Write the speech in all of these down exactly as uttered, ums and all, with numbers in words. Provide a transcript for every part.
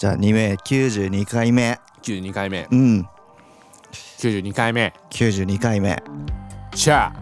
じゃあに名きゅうじゅうにかいめきゅうじゅうにかいめうんきゅうじゅうにかいめきゅうじゅうにかいめじゃあ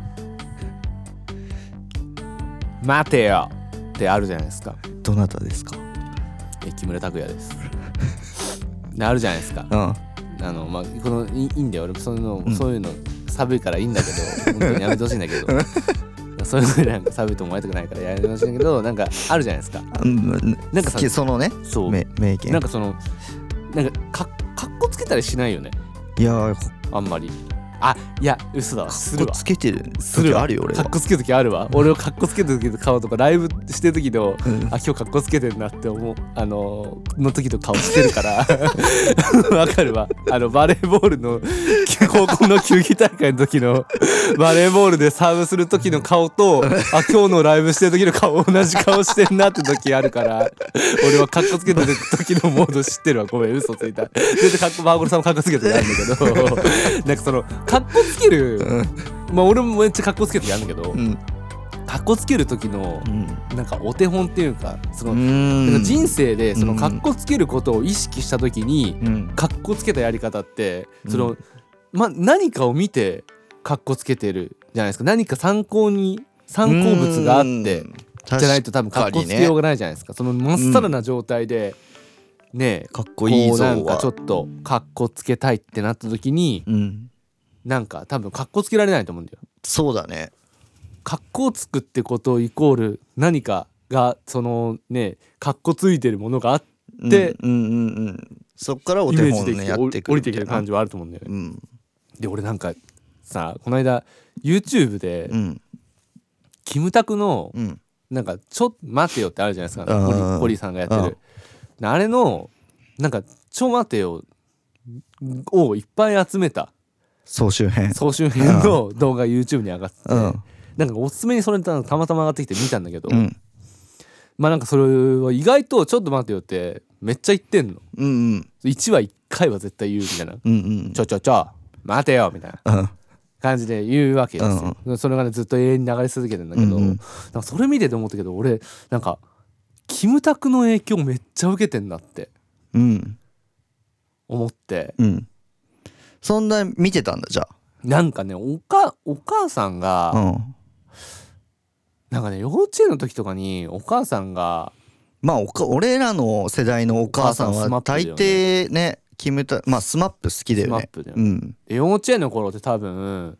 待てよってあるじゃないですか。 どなたですか？ え木村拓哉ですあるじゃないですか。 うんあのまあこのいいいんだよ俺もそういうの、 うん、 そういうの寒いからいいんだけど本当にやめてほしいんだけどそういうのなんか寒いと思われたくないからやめてほしいんだけどなんかあるじゃないですか。 うんなんかさそのねそう名言なんかそのなんかかかっこつけたりしないよねいやあんまり。あいや嘘だわするわつけてるするわ時あるよ俺はかっこつける時あるわ俺をかっこつけてる時の顔とかライブしてる時の、 うん、 あ今日かっこつけてるなって思うあのの時の顔してるからわかるわ。あのバレーボールの高校の球技大会の時のバレーボールでサーブする時の顔とあ今日のライブしてる時の顔同じ顔してんなって時あるから俺はかっこつけてる時のモード知ってるわ。ごめん嘘ついた。全然かっこバーゴルさんもかっこつけてないんだけどなんかそのかっこつける、うん、まあ俺もめっちゃかっこつけてやるんだけど、うん、かっこつける時の、うん、なんかお手本っていうかそのなんか人生でそのかっこつけることを意識した時に、うん、かっこつけたやり方って、うん、そのま何かを見てかっこつけてるじゃないですか。何か参考に参考物があってじゃないと多分かっこつけようがないじゃないですか。そのまっさらな状態で、うん、ねかっこいいぞなんかちょっとかっこつけたいってなった時に、うんなんか多分かっこつけられないと思うんだよ。 そうだね。 かっこつくってことイコール何かがそのねかっこついてるものがあって、 うんうんうんうん、そっからお手本ねやってくる降りてきてる感じはあると思うんだよね、うん、で俺なんかさこの間 YouTube で、うん、キムタクの、うん、なんかちょっと待てよってあるじゃないですか、ホリ、ホリさんがやってる あ, あれのなんかちょ待てよをいっぱい集めた総集編総集編の動画 YouTube に上がってて、うん、なんかおすすめにそれたまたま上がってきて見たんだけど、うん、まあなんかそれは意外とちょっと待ってよってめっちゃ言ってんの、うんうん、いちわいっかいは絶対言うみたいな、うんうん、ちょちょちょ待てよみたいな感じで言うわけですよ、うんうん、それがねずっと永遠に流れ続けてるんだけど、うんうん、なんかそれ見てて思ったけど俺なんかキムタクの影響めっちゃ受けてんだって思って、うん、 そんな見てたんだ。じゃあなんかね お, かお母さんが、うん、なんかね幼稚園の時とかにお母さんがまあおか俺らの世代のお母さんは大抵ねキムタまあスマップ好きだよね。 スマップだよね、うん、で幼稚園の頃って多分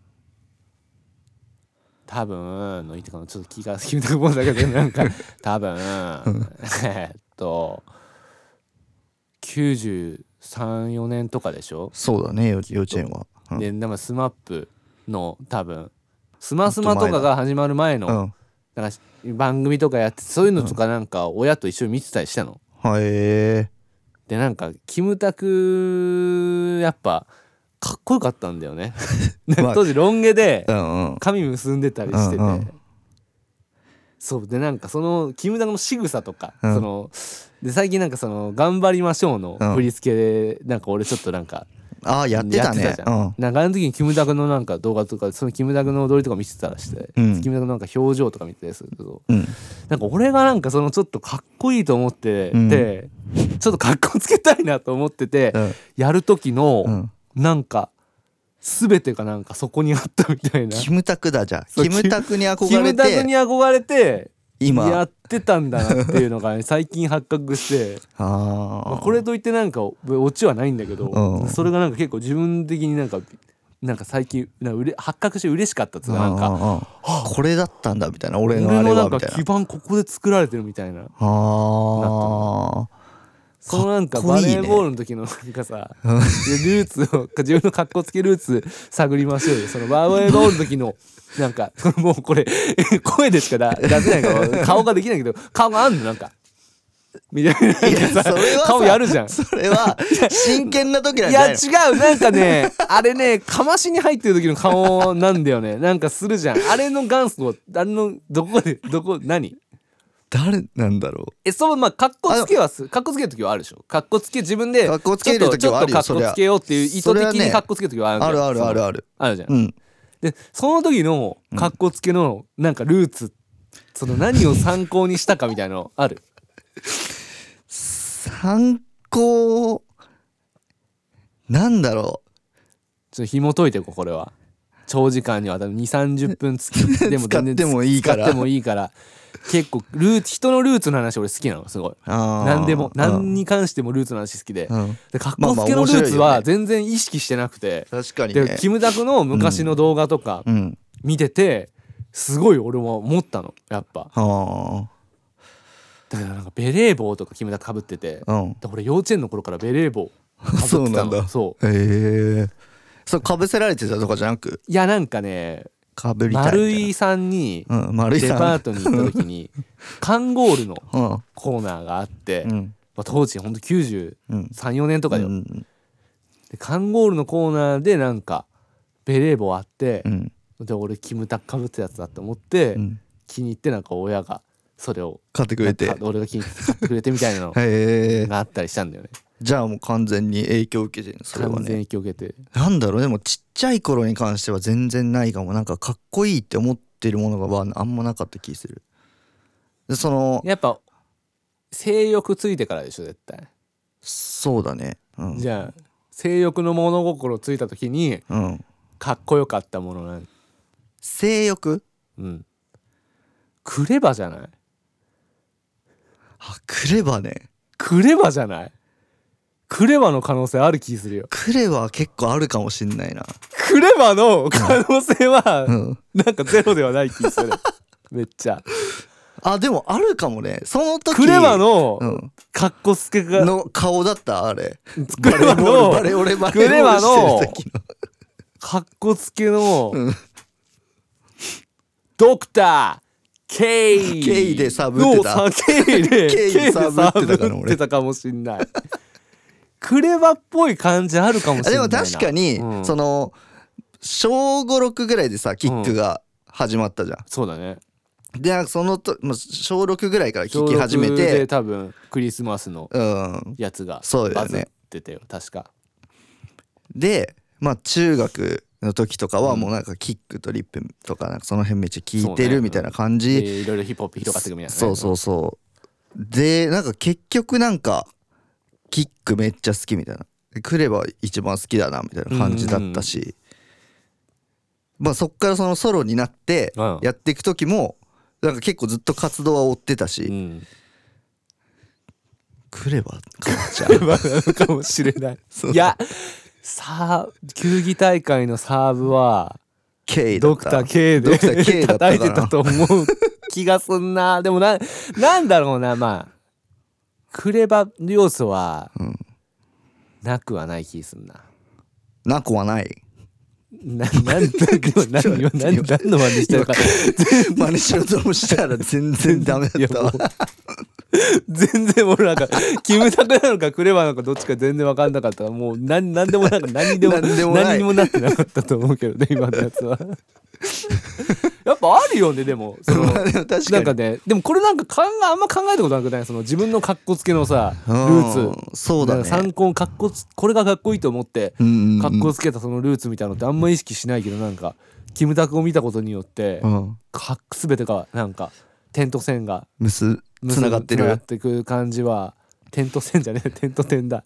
多分のいいってかちょっと気が気が思うんだけどなんか多分えっときゅうじゅうさん、よねんとかでしょ。 そうだね幼稚園は、 うん、ででもスマップの多分スマスマとかが始まる前の、うん、なんか番組とかやってそういうのとかなんか親と一緒に見てたりしたの、 うん、へえ。 でなんかキムタクやっぱかっこよかったんだよね当時ロン毛で髪結んでたりしてて、うんうん、そうでなんかそのキムタクの仕草とか、うん、そので最近なんかその頑張りましょうの振り付けでなんか俺ちょっとなんかあやってたねやってたじゃん、うん、なんかあの時にキムタクのなんか動画とかそのキムタクの踊りとか見てたらして、うん、キムタクのなんか表情とか見てたりするけど、うん、なんか俺がなんかそのちょっとかっこいいと思ってて、うん、ちょっとかっこつけたいなと思ってて、うん、やる時の、うん、なんか全てがなんかそこにあったみたいな。 キムタクだじゃあキムタクに憧れてキムタクに憧れて今やってたんだなっていうのが、ね、最近発覚してあ、まあ、これといってなんかオチはないんだけど、うん、それがなんか結構自分的になんかなんか最近なんかうれ発覚して嬉しかったっつうかなんか、はあ、これだったんだみたいな俺のあれはみたいな。俺のなんか基盤ここで作られてるみたいな。あそのなんかバレーボールの時のなんかさルーツを自分の格好つけルーツ探りましょうよ。そのバレーボールの時のなんかもうこれ声でしか出せないから顔ができないけど顔があんのなんかみたいな。いやそれは顔やるじゃん。 それは真剣な時なんじゃないの。 いや違うなんかねあれねかましに入ってる時の顔なんだよね。なんかするじゃんあれの元祖あれのどこでどこ何誰なんだろう。 えそのまあカッコつけはすカッコつける時はあるでしょ。カッコつけ自分でカッコつける時はあるよ。 ちょっとカッコつけようっていう意図的にカッコつける時はある、 ね、あるあるあるあるあるじゃん、うん、でその時のカッコつけのなんかルーツ、うん、その何を参考にしたかみたいなのある参構なんだろちょっと紐解いていこうこれは。長時間にわたるにじゅうさんじゅっぷんつきでも全然使ってもいいから使ってもいいから結構ルーツ人のルーツの話俺好きなのすごい。 あー何でもうん何に関してもルーツの話好きで、 うんでかっまあまあこつけのルーツ面白いよねは全然意識してなくて、 確かにねでキムタクの昔の動画とかうん見ててすごい俺も思ったのやっぱ。 あだからなんかベレー帽とかキムタク被ってて、 あうんで俺幼稚園の頃からベレー帽被ってたの。 そうなんだそうへえそうかぶせられてたとかじゃなくいやなんかねかぶりたいみたいな丸井さんにうん丸井デさんパートに行った時にカンゴールのうんコーナーがあって、 うんまあ、当時ほんときゅうじゅうさん、よねんとかよ、 うんでカンゴールのコーナーでなんかベレー帽あってう、んで俺キムタクかぶったやつだと思って、 うん気に入ってなんか親がそれを買ってくれてなんか俺が気に入って買ってくれてみたいなのへえがあったりしたんだよね。 じゃあもう完全に影響を受けてるそれは完全ね影響を受けて。 なんだろうでもちっちゃい頃に関しては全然ないかもなんかかっこいいって思ってるものがはあんまなかった気するでそのやっぱ性欲ついてからでしょ絶対。 そうだねうんじゃあ性欲の物心ついた時にうんかっこよかったものなん性欲うんクレバじゃない？ あクレバねクレバじゃない？クレバの可能性ある気するよ。 クレバは結構あるかもしんないなクレバの可能性はうんなんかゼロではない気するめっちゃ。 あでもあるかもねその時クレバのうんかっこつけがの顔だったあれクレバのバレーボールバレー俺バクレーボールレバのしてる時のかっこつけのうんドクター K K でサブってたのさ K で K でサブってたかなサブってたかもしんないクレバっぽい感じあるかもしあでれないな。 も確かに、 うんその小ごろくぐらいでさキックが始まったじゃん、 そうだね。 でなんかそのと、まあ、小ろくぐらいから聞き始め小ろくでて多分クリスマスのうんやつがそうだよねバズってたよ確か。 でまあ中学の時とかはうんもうなんかキックとリップとかなんかその辺めっちゃ聞いてそうねるみたいな感じ、 でいろいろヒップホップ広がっていくみたいなね。 そうそうそうでなんか結局なんかキックめっちゃ好きみたいなでクレバ一番好きだなみたいな感じだったし、まあそっからそのソロになってうんやっていく時もなんか結構ずっと活動は追ってたし、 うんクレバかもじゃクレバなのかもしれないそういやさあ球技大会のサーブは K だったドクター K ドクター K でだったかな叩いてたと思う気がすんな。でもななんだろうなまあクレバ要素はうんなくはない気すんな。 なくはないななんだ今何今何何の真似してるか真似しようともしたら全然ダメだったわいやもう全然俺なんかキムタクなのかクレバなのかどっちか全然分かんなかったからもう何何でもなんか何にでも何でもない何にもなってなかったと思うけどね今のやつはやっぱあるよねでもそのまあでも確かになんかねでもこれなんか考えあんま考えたことなくないその自分のカッコつけのさルーツうんそうだねなんか参考カッコつこれがかっこいいと思ってうんうんうんカッコつけたそのルーツみたいなのってあんま意識しないけどなんかキムタクを見たことによってうんか全てがなんか点と線がむすつながってるつながっていく感じは点と線じゃねえ点と点だ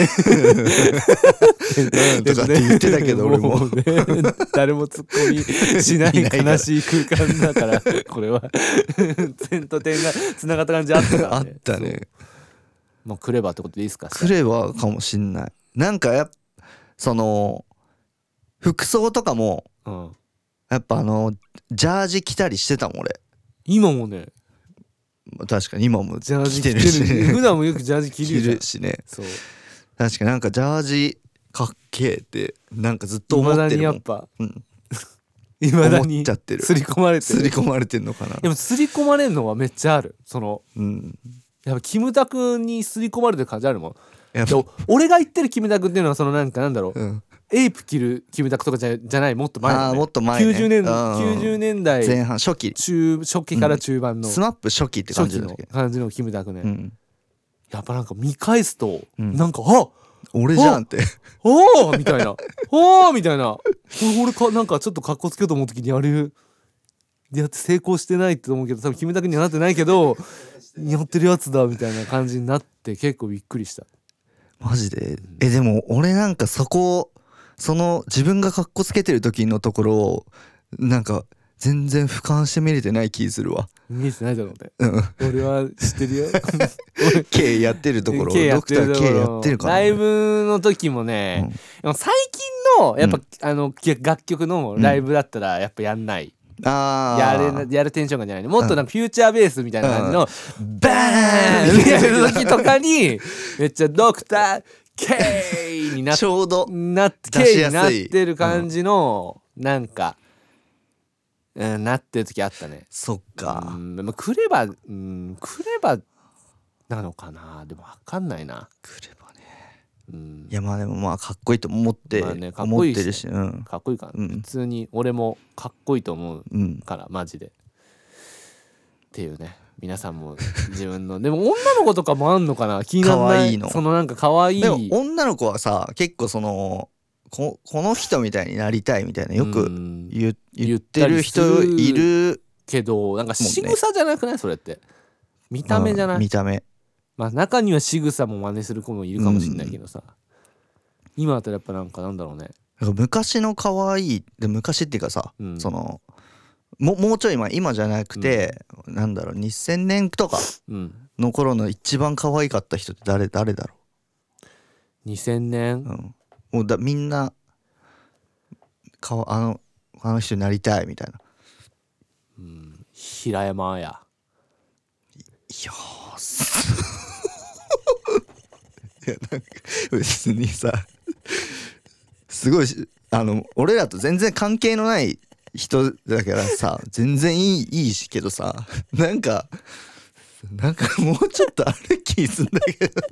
うんとかって言ってたけど俺もうね誰も突っ込みしないいないから悲しい空間だからこれは点と点がつながった感じあったからあねったねそうもうクレバってことでいいですかクレバかもしんないなんかやっその服装とかもうんやっぱあのジャージ着たりしてたもん俺今もね確かに今もジャージ着て着てるしる普段もよくジャージ着着るじゃんるしねそう確かになんかジャージかっけえってなんかずっと思いまだってるもんにやっぱうんいまだ思にっちゃってる刷り込まれて刷りる込まれてんのかなでも刷り込まれるのはめっちゃあるそのうんやっぱキムタクに刷り込まれてる感じあるもんやっぱで俺が言ってるキムタクっていうのはそのなんかなんだろう、 うんエイプ着るキムタクとかじゃじゃないもっと前の、ね、 あーもっと前ねきゅうじゅうねん、 うんきゅうじゅうねんだい前半初期中初期から中盤の、 スマップ初期って感初期のじだったっけ感じのキムタクね、 うんやっぱなんか見返すと、 うんなんかあ俺じゃんっておーみたいなおーみたいなこれ俺かなんかちょっとかっこつけようと思う時にあれやって成功してないって思うけど多分キムタクにはなってないけどやってるやつだみたいな感じになって結構びっくりしたマジで。えでも俺なんかそこその自分がカッコつけてる時のところをなんか全然俯瞰して見れてない気するわ。 見えてないだろうね。 うん俺は知ってるよ。 K やってるところ K やドクターってるとこ K ろやってるかな。 ライブの時もね、でも最近のやっぱ、あの楽曲のライブだったらやっぱやんない、 あやれなやるテンションがじゃないね。もっとなんかフューチャーベースみたいな感じの、バーンみたいな時とかにめっちゃドクター K になっちょうどなって出し K やすいになってる感じの、なんか、うん、なってる時あったね。 そっか。 うんまあ来れば、うん、来ればなのかな。でも分かんないな。 来ればね。 うん、 いやまあでもまあかっこいいと思って、 まあね、かっ思こいいしねってるし、うん、 かっこいいから、 うん普通に俺もかっこいいと思ううん、 からマジでっていうね。皆さんも自分のでも女の子とかもあんのかな、気にならない。 可愛いのそのなんか可愛いでも女の子はさ結構そのここの人みたいになりたいみたいなよくうん言言ってる人いるけどなんか仕草じゃなくないそれって。見た目じゃない、 うん見た目。 まあ中には仕草も真似する子もいるかもしれないけどさ、今だったらやっぱなんかなんだろうね。 なんか昔の可愛いで昔っていうかさ、 うんそのももうちょい前今じゃなくて、なんだろうにせんねんとかうんの頃の一番可愛かった人って誰誰だろにせんねん、 う、うん、もうだみんなかわあのあの人になりたいみたいな。 うん、平山綾。 いやーすいやなんか別にさすごいしあの俺らと全然関係のない人だからさ全然いいいいしけどさなんかなんかもうちょっとある気すんだけど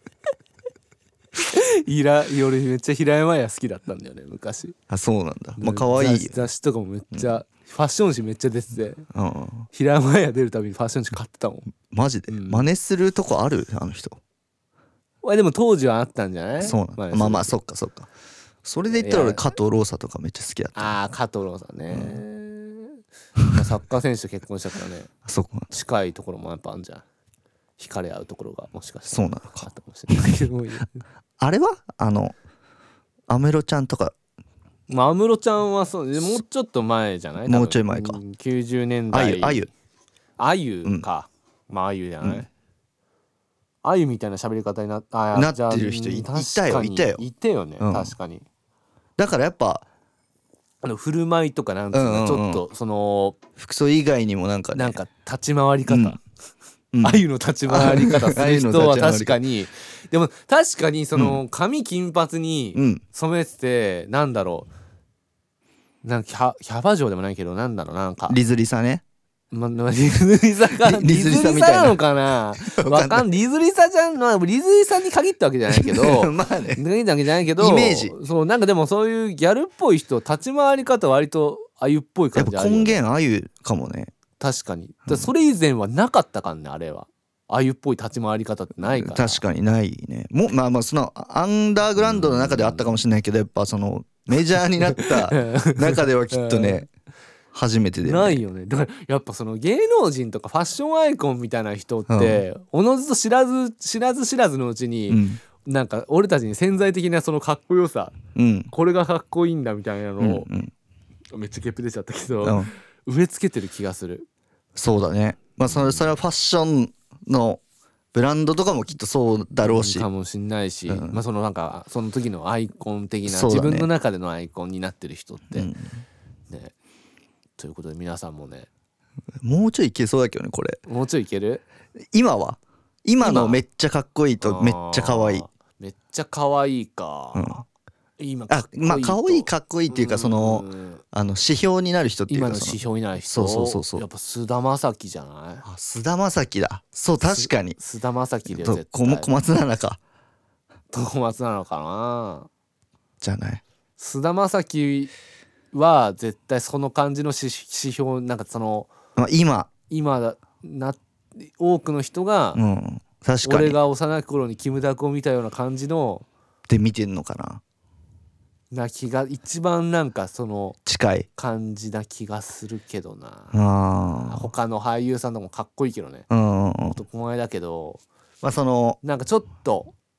いら俺めっちゃ平山綾好きだったんだよね昔。 あそうなんだ。まあ可愛いよ雑誌雑誌とかもめっちゃ、ファッション誌めっちゃ出ててうん平山綾出るたびにファッション誌買ってたもん。 マジで、 うん真似するとこあるあの人。 あでも当時はあったんじゃない。 そうなんだ。 真似するまあまあそっかそっか。それで言ったら俺加藤ローサとかめっちゃ好きだった。 ああ加藤ローさんね、まあサッカー選手と結婚したからねあそこなんだ。 近いところもやっぱあんじゃん。惹かれ合うところがもしかしてそうなのかあったかもしれないけどもあれはあの安室ちゃんとかまあ安室ちゃんはそうでもうちょっと前じゃない。 もうちょい前か。 んきゅうじゅうねんあだいゆあゆあゆか、まああゆじゃない、うんあゆみたいな喋り方になあなってる人いいたよいたよいたよね、 うん確かに。 だからやっぱあの振る舞いとかなんつうの、 うんうんうんちょっとその服装以外にもなんかねなんか立ち回り方、 うんうんあゆの立ち回り方する人は確かにでも確かにその髪金髪うにん染めててなんだろうなんかキャキャバ嬢でもないけどなんだろうなんかリズリサね。 ま、ま、リズリサがリズリサみたいなリズリサなのかなわかんリズリサじゃんのリズリサに限ったわけじゃないけどまあね限ったわけじゃないけどイメージそうなんかでもそういうギャルっぽい人立ち回り方割とあゆっぽいやっぱ根感じあるよね。 源あゆかもね。 確かにだからそれ以前はなかったかんねあれは。あゆっぽい立ち回り方ってないから。 確かにないね。もまあまあそのアンダーグラウンドの中ではあったかもしれないけどやっぱそのメジャーになった中ではきっとね初めてで、ね、 ないよね。だからやっぱその芸能人とかファッションアイコンみたいな人っておのずと知らず知らず知らずのうちに、 うんなんか俺たちに潜在的なそのかっこよさうんこれがかっこいいんだみたいなうんのを、 うんめっちゃゲップ出ちゃったけど、 うん植え付けてる気がする。 そうだね。まあそれそれはファッションのブランドとかもきっとそうだろうし、 かもしんないし、 うんまあそのなんかその時のアイコン的な、 そうだね自分の中でのアイコンになってる人って、 うんね。ということで皆さんもねもうちょいいけそうだけどねこれ。 もうちょいいける。 今は今の今めっちゃかっこいいとめっちゃ可愛い。 あーめっちゃ可愛いか、 うん今かっこいいとあまあ可愛いかっこいいっていうかそのうんあの指標になる人っていう今のかその指標になる人そうそうそうそうやっぱ菅田将暉じゃない。 あ菅田将暉だ。そう確かに。 菅田将暉でと絶対こ小松菜奈か小松なのかな。 じゃない。 菅田将暉は絶対その感じの指指標なんかそのまあ今今だな多くの人が、 うん確かに俺が幼い頃にキムタクを見たような感じので見てんのかな。 な気が一番なんかその近い。 感じな気がするけどな。 あ他の俳優さんとかもかっこいいけどねあうんうんうん。 男前だけどまあそのなんかちょっと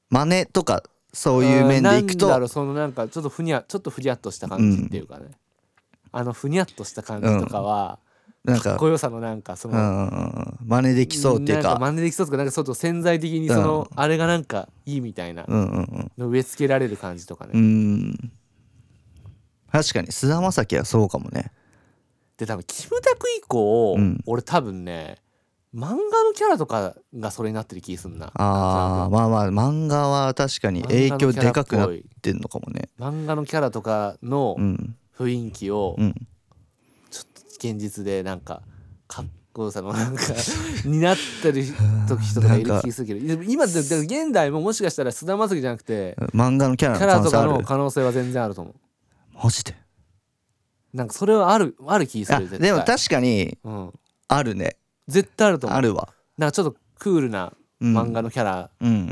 真似とかそういう面でいくと、 なんだろう、そのなんかちょっとふにゃちょっとふにゃっとした感じっていうかね、うん、あのふにゃっとした感じとかは、うん、なんかかっこよさのなんかその、うん、 真似できそうっていうか、 なんか真似できそうとか、なんかちょっと潜在的にその、うん、あれがなんかいいみたいなの植え付けられる感じとかね、 うん、確かに菅田将暉はそうかもね。 で多分キムタク以降、うん、俺多分ね漫画のキャラとかがそれになってる気すんな。 あーまあまあ漫画は確かに影響でかくなってんのかもね。 漫画のキャラとかの雰囲気をちょっと現実でなんかかっこよさのなんかになってる時とかいる気するけど、今で現代ももしかしたら菅田将暉じゃなくて漫画のキャラキャラとかの可能性は全然あると思う。 マジでなんかそれはあるある気する。絶対でも確かにあるね、 うん、絶対あると思う。 あるわ。 なんかちょっとクールな漫画のキャラ、 うんうんうんうん、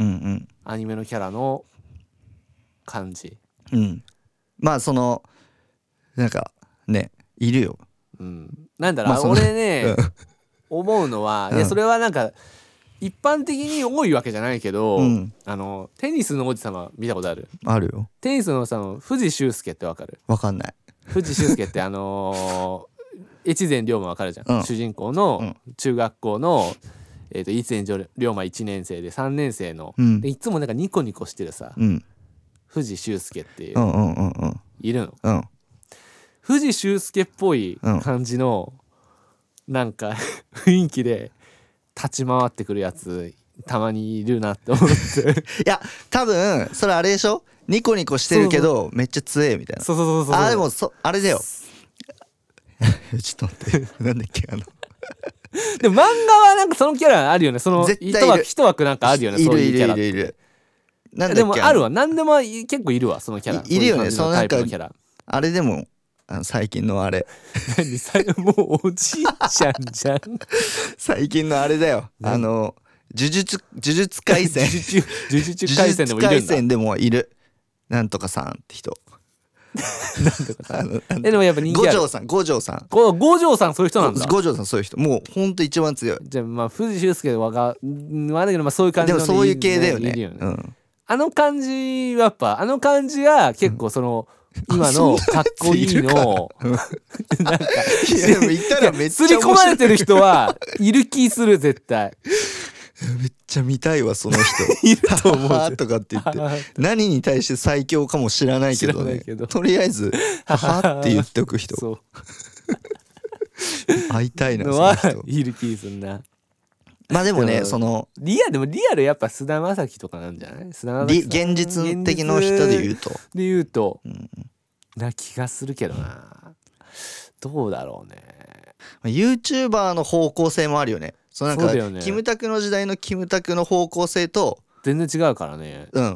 アニメのキャラの感じ、 うん、まあそのなんかねいるよ、 うん、なんだろう、まあ、俺ね、うん、思うのは、いやそれはなんか一般的に多いわけじゃないけど、うん、あのテニスの王子様見たことある？ あるよ。 テニスの王子様藤修介ってわかる？ わかんない。 藤修介ってあのー、越前龍馬わかるじゃん、うん、主人公の中学校の、えー、と越前龍馬いちねん生でさんねん生の、うん、でいつもなんかニコニコしてるさ、うん、藤修介っていう、うんうんうんうん、いるの、うん、藤修介っぽい感じの、うん、なんか雰囲気で立ち回ってくるやつたまにいるなって思っていや多分それあれでしょ、ニコニコしてるけどそうそうめっちゃ強えみたいな。 そうそうそうそう。 あでもそあれだよちょっと待ってなんだっけあのでも漫画はなんかそのキャラあるよね。その一枠一枠なんかあるよね。そういうキャラ。いるいるいる。なんだっけでもあるわ。何でも結構いるわそのキャラ。 いるよね。そのなんかあれでもあの最近のあれ何さもうおじいちゃんじゃん最近のあれだよ。あの呪術呪術廻戦呪術廻戦でもいるんだ。呪術廻戦でもいるなんとかさんって人なんとかさんえでもやっぱ人気ある。 五条さん五条さん五条さんそういう人なんだ。 五条さんそういう人もうほんと一番強い。 じゃあまあ藤修介はがだけどまあそういう感じの、 ね、でもそういう系だよね。いるよね、 うん、あの感じはやっぱあの感じが結構その、うん、今のかっこいいのなんかいやでもいたらめっちゃ刷り込まれてる人はいる気する絶対めっちゃ見たいわその人いると思うとかって言って何に対して最強かも知らないけどねとりあえずはって言っておく人そう会いたいなその人いる気すんな。 まあでもねそのリアでもリアルやっぱ菅田将暉とかなんじゃない？菅田将暉現実的の人で言うとで言うと、うん、な気がするけどな。どうだろうね。 YouTuber の方向性もあるよね。そうなんかそうだよね、キムタクの時代のキムタクの方向性と全然違うからね。うん、うん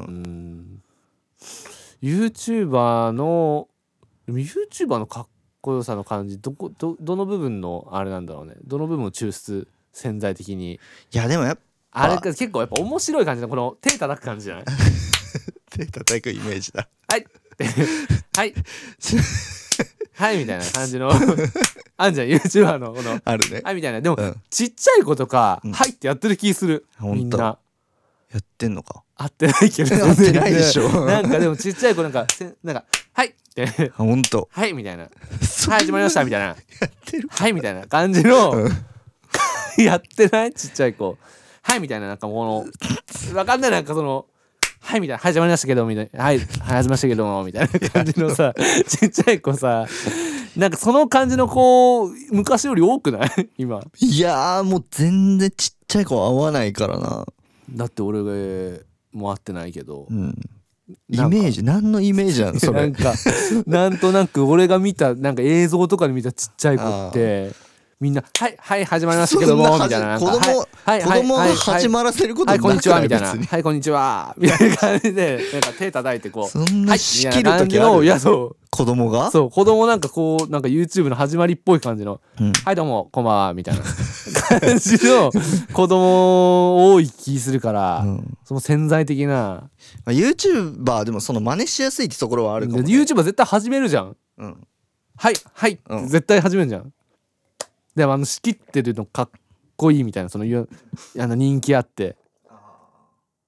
YouTuber の YouTuber のかっこよさの感じ ど, こ ど, どの部分のあれなんだろうね。どの部分を抽出潜在的に。 いやでもやっぱあれ結構やっぱ面白い感じのこの手叩く感じじゃない手叩くイメージだはいはいはいみたいな感じのあんじゃん YouTuber のこのあるねはいみたいな。でも、うん、ちっちゃい子とか、うん、はいってやってる気する。みんなやってんのか。 合ってないけど合ってないでしょなんかでもちっちゃい子なんかなんかはいって本当はいみたいなはい始まりましたみたいなやってるはいみたいな感じの、うん、やってないちっちゃい子はいみたいななんかこのわかんないなんかそのはいみたいな始まりましたけどみたいなはい始まりましたけどみたいな感じのさちっちゃい子さなんかその感じの子昔より多くない今。 いやーもう全然ちっちゃい子合わないからな。 だって俺がもう会ってないけど、うん、 イメージ何のイメージなのそれなんかなんとなく俺が見たなんか映像とかで見たちっちゃい子ってみんなはいはい始まりましたけどもみたいななんか子供はい子供が始まらせることはいこんにちはみたいなはいこんにちはみたいな感じでなんか手叩いてこうそんな仕切る時ある？ いやそう子供がそう子供なんかこうなんか YouTube の始まりっぽい感じの、うん、はいどうもこんばんはみたいな感じの子供多い気するから、うん、その潜在的な、 まあ、YouTuber でもその真似しやすいってところはあるかも、ね、 YouTuber 絶対始めるじゃん、うん、はいはい、うん、絶対始めるじゃん。でもあの仕切ってるのかっこいいみたいなそのあの人気あって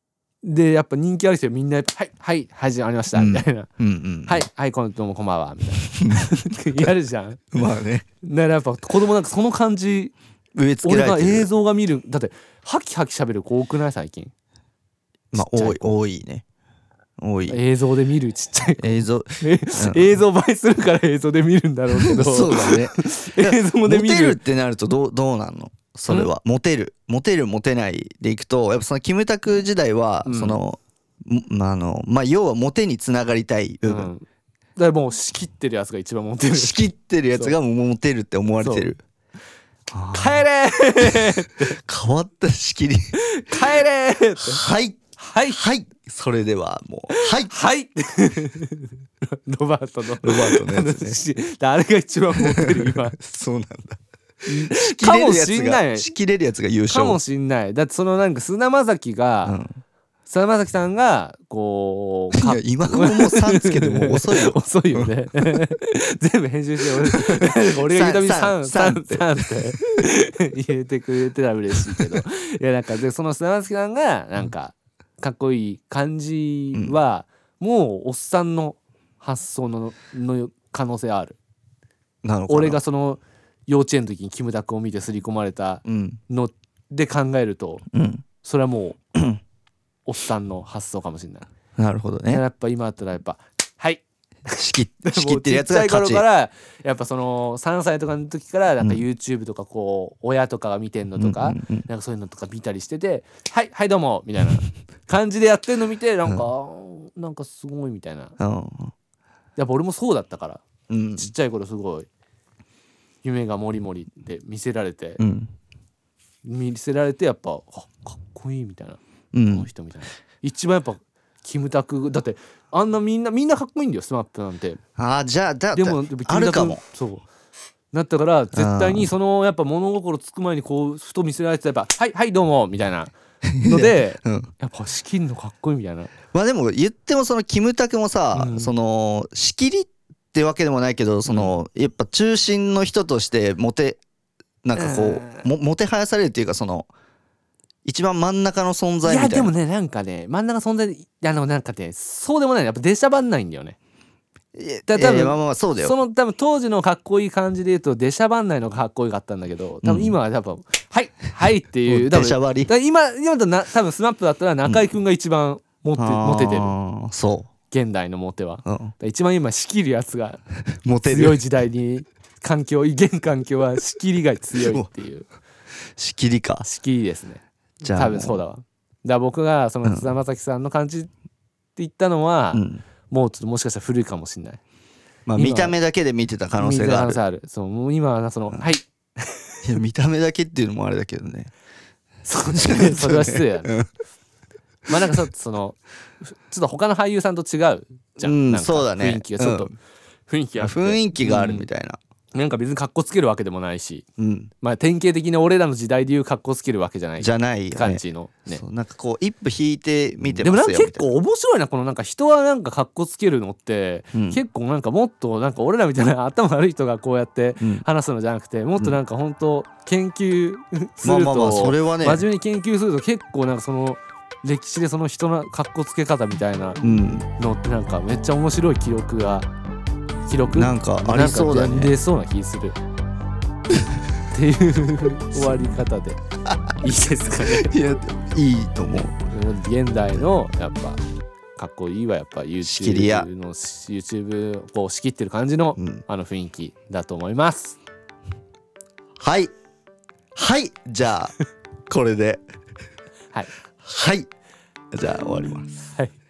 でやっぱ人気ある人みんなはいはい始まりましたみたいな、 うんうん、 はいはいこんどうもこんばんはみたいなやるじゃん。 まあね。 だからやっぱ子供なんかその感じ植え付けられてる。 俺が映像が見るだってハキハキ喋る子多くない最近。 まあ多い多いね。多い。 映像で見るちっちゃい子映像、うん、 映像映えするから映像で見るんだろうけどそうだね。 映像で見る。 モテるってなるとどうどうなんの？それはモテるモテるモテないでいくとやっぱそのキムタク時代はその、うん、あのまあ要はモテにつながりたい部分、うん、 だからもう仕切ってるやつが一番モテる。 仕切ってるやつがもうモテるって思われてる。 帰れー変わった仕切り帰れーはいはいはいそれではもうはいはいロバートのロバートのやつねあれが一番モテる今そうなんだ。仕切れるやつが仕切れるやつが優勝かもしんない。だってそのなんか菅田将暉が、うん、菅田将暉さんがこういや今ももうさんつけても遅いよ遅いよね全部編集して俺が言うたびにさん、さんって入れてくれてたら嬉しいけどいやなんかでその菅田将暉さんがなんかかっこいい感じは、うん、もうおっさんの発想 の, の可能性ある。 なのかな。 俺がその幼稚園の時にキムタクを見て刷り込まれたので考えると、うん、それはもうおっさんの発想かもしれない。 なるほどね。 やっぱ今だったらやっぱはい仕切ってるやつが勝ち。ちっちゃい頃からやっぱそのさんさいとかの時からなんか YouTube とかこう親とかが見てんのとか、うんうんうん、なんかそういうのとか見たりしててはいはいどうもみたいな感じでやってんの見てなんか、うん、なんかすごいみたいな、うん、やっぱ俺もそうだったから、うん、ちっちゃい頃すごい夢がもりもりで見せられて、うん、見せられてやっぱかっこいいみたいな、うん、この人みたいな一番やっぱキムタクだってあんなみんなみんなかっこいいんだよスマップなんて。 ああじゃあだでもあるかも。 そうなったから絶対にそのやっぱ物心つく前にこうふと見せられてたやっぱはいはいどうもみたいなので、うん、やっぱ仕切るのかっこいいみたいな。 まあでも言ってもそのキムタクもさ、うん、その仕切りってわけでもないけどその、うん、やっぱ中心の人としてモテなんかこう、うん、ももてはやされるっていうかその一番真ん中の存在みたいな。いやでもねなんかね真ん中存在あのなんかねそうでもないやっぱ出しゃばんないんだよね。 だ多分いやまあまあそうだよ。 その多分当時のかっこいい感じで言うと出しゃばんないのがかっこよかったんだけど多分今はやっぱ、うん、はいはいっていう出しゃばり。 今今とな多分スマップだったら中居君が一番モテ、うん、モテてる。 そう現代のモテは、 うん、 一番今仕切るやつが強い時代に環境現環境は仕切りが強いっていう仕切りか仕切りですね。じゃあ多分そうだわ。だから僕がその津田将暉さんの感じって言ったのは、うん、もうちょっともしかしたら古いかもしれない。 まあ見た目だけで見てた可能性がある。 見てた可能性ある。そうもう今はその、うん、はいいや見た目だけっていうのもあれだけどね。 そうそれは失礼や、ね、まあなんかそそのちょっと他の俳優さんと違うじゃん、うん、なんかそうだね。 雰囲気がちょっと、うん、雰囲気が雰囲気があるみたいな、 うん、なんか別にカッコつけるわけでもないし、うん、まあ典型的な俺らの時代でいうカッコつけるわけじゃないじゃない感じのね。 そうなんかこう一歩引いて見てますよ。でもなんか結構面白いなこのなんか人はなんかカッコつけるのって、うん、結構なんかもっとなんか俺らみたいな頭悪い人がこうやって話すのじゃなくて、うん、もっとなんか本当研究すると、まあまあまあそれはね、真面目に研究すると結構なんかその歴史でその人のカッコつけ方みたいなのってなんかめっちゃ面白い記録が記録なんかありそうだね。 出そうな気するっていう終わり方でいいですかね。 いやいいと思う。 現代のやっぱかっこいいはやっぱ YouTube の YouTube をこう仕切ってる感じの、うん、あの雰囲気だと思います。 はいはいじゃあこれではいはいじゃあ終わります。 はい。